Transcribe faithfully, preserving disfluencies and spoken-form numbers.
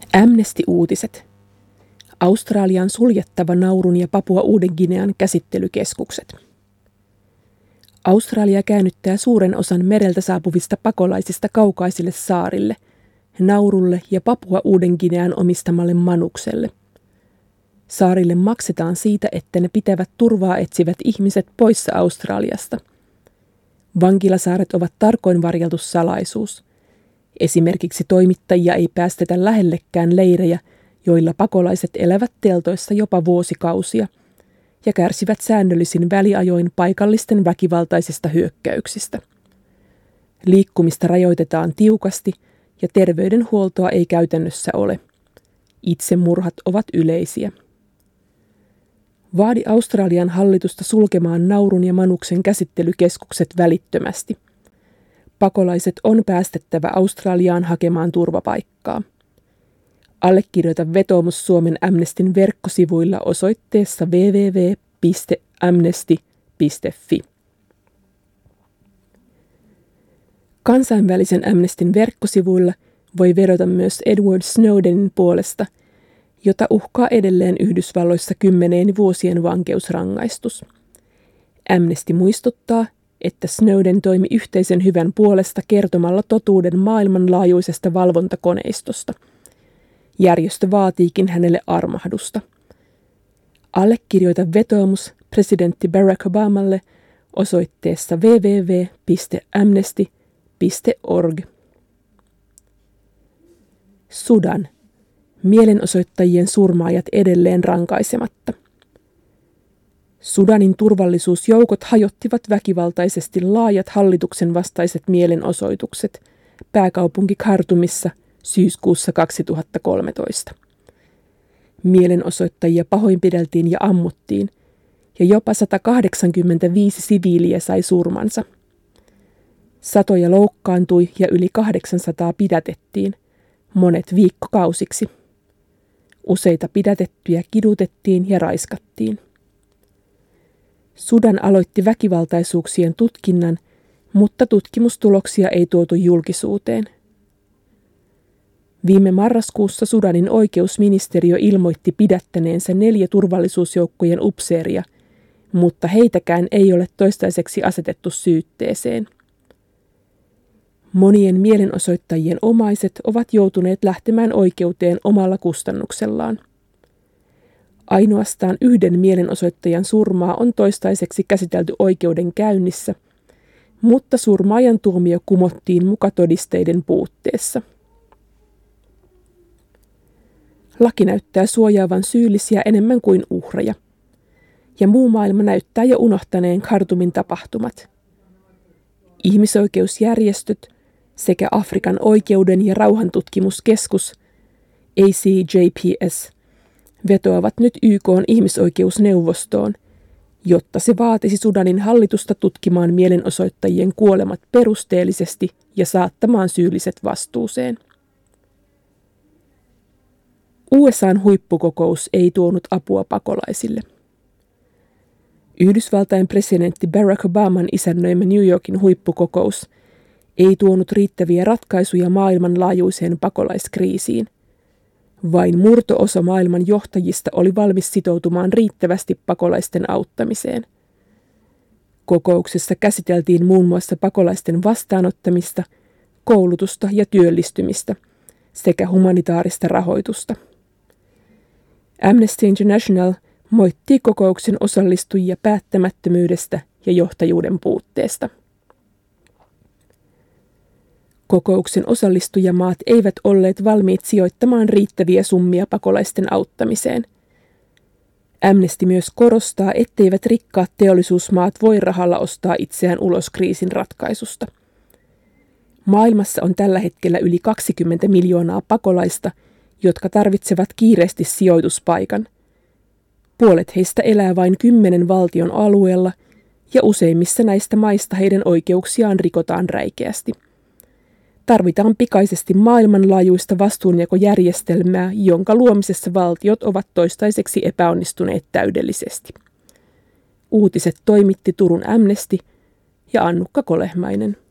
Amnesty-uutiset. Australian suljettava naurun ja Papua Uuden-Ginean käsittelykeskukset. Australia käännyttää suuren osan mereltä saapuvista pakolaisista kaukaisille saarille, Naurulle ja Papua Uuden-Ginean omistamalle Manukselle. Saarille maksetaan siitä, että ne pitävät turvaa etsivät ihmiset poissa Australiasta. Vankilasaaret ovat tarkoin varjeltu salaisuus. Esimerkiksi toimittajia ei päästetä lähellekään leirejä, joilla pakolaiset elävät teltoissa jopa vuosikausia ja kärsivät säännöllisin väliajoin paikallisten väkivaltaisista hyökkäyksistä. Liikkumista rajoitetaan tiukasti ja terveydenhuoltoa ei käytännössä ole. Itsemurhat ovat yleisiä. Vaadi Australian hallitusta sulkemaan Naurun ja Manuksen käsittelykeskukset välittömästi. Pakolaiset on päästettävä Australiaan hakemaan turvapaikkaa. Allekirjoita vetoomus Suomen Amnestyn verkkosivuilla osoitteessa double-u double-u double-u piste amnesty piste fi. Kansainvälisen Amnestyn verkkosivuilla voi vedota myös Edward Snowdenin puolesta, jota uhkaa edelleen Yhdysvalloissa kymmeneen vuosien vankeusrangaistus. Amnesty muistuttaa, että Snowden toimi yhteisen hyvän puolesta kertomalla totuuden maailmanlaajuisesta valvontakoneistosta. Järjestö vaatiikin hänelle armahdusta. Allekirjoita vetoomus presidentti Barack Obamalle osoitteessa double-u double-u double-u piste amnesty piste org. Sudan. Mielenosoittajien surmaajat edelleen rankaisematta. Sudanin turvallisuusjoukot hajottivat väkivaltaisesti laajat hallituksen vastaiset mielenosoitukset pääkaupunki Khartoumissa syyskuussa kaksituhattakolmetoista. Mielenosoittajia pahoinpideltiin ja ammuttiin, ja jopa sata kahdeksankymmentäviisi siviiliä sai surmansa. Satoja loukkaantui ja yli kahdeksansataa pidätettiin, monet viikkokausiksi. Useita pidätettyjä kidutettiin ja raiskattiin. Sudan aloitti väkivaltaisuuksien tutkinnan, mutta tutkimustuloksia ei tuotu julkisuuteen. Viime marraskuussa Sudanin oikeusministeriö ilmoitti pidättäneensä neljä turvallisuusjoukkojen upseeria, mutta heitäkään ei ole toistaiseksi asetettu syytteeseen. Monien mielenosoittajien omaiset ovat joutuneet lähtemään oikeuteen omalla kustannuksellaan. Ainoastaan yhden mielenosoittajan surmaa on toistaiseksi käsitelty oikeudenkäynnissä, mutta surmaajan tuomio kumottiin muka todisteiden puutteessa. Laki näyttää suojaavan syyllisiä enemmän kuin uhreja, ja muu maailma näyttää jo unohtaneen Khartoumin tapahtumat. Ihmisoikeusjärjestöt sekä Afrikan oikeuden ja rauhantutkimuskeskus A C J P S vetoavat nyt Y K:n ihmisoikeusneuvostoon, jotta se vaatisi Sudanin hallitusta tutkimaan mielenosoittajien kuolemat perusteellisesti ja saattamaan syylliset vastuuseen. U S A:n huippukokous ei tuonut apua pakolaisille. Yhdysvaltain presidentti Barack Obaman isännöimä New Yorkin huippukokous ei tuonut riittäviä ratkaisuja maailmanlaajuiseen pakolaiskriisiin. Vain murto-osa maailman johtajista oli valmis sitoutumaan riittävästi pakolaisten auttamiseen. Kokouksessa käsiteltiin muun muassa pakolaisten vastaanottamista, koulutusta ja työllistymistä sekä humanitaarista rahoitusta. Amnesty International moittii kokouksen osallistujia päättämättömyydestä ja johtajuuden puutteesta. Kokouksen osallistujamaat eivät olleet valmiit sijoittamaan riittäviä summia pakolaisten auttamiseen. Amnesty myös korostaa, etteivät rikkaat teollisuusmaat voi rahalla ostaa itseään ulos kriisin ratkaisusta. Maailmassa on tällä hetkellä yli kaksikymmentä miljoonaa pakolaista, jotka tarvitsevat kiireesti sijoituspaikan. Puolet heistä elää vain kymmenen valtion alueella, ja useimmissa näistä maista heidän oikeuksiaan rikotaan räikeästi. Tarvitaan pikaisesti maailmanlaajuista vastuunjakojärjestelmää, jonka luomisessa valtiot ovat toistaiseksi epäonnistuneet täydellisesti. Uutiset toimitti Turun Amnesty ja Annukka Kolehmainen.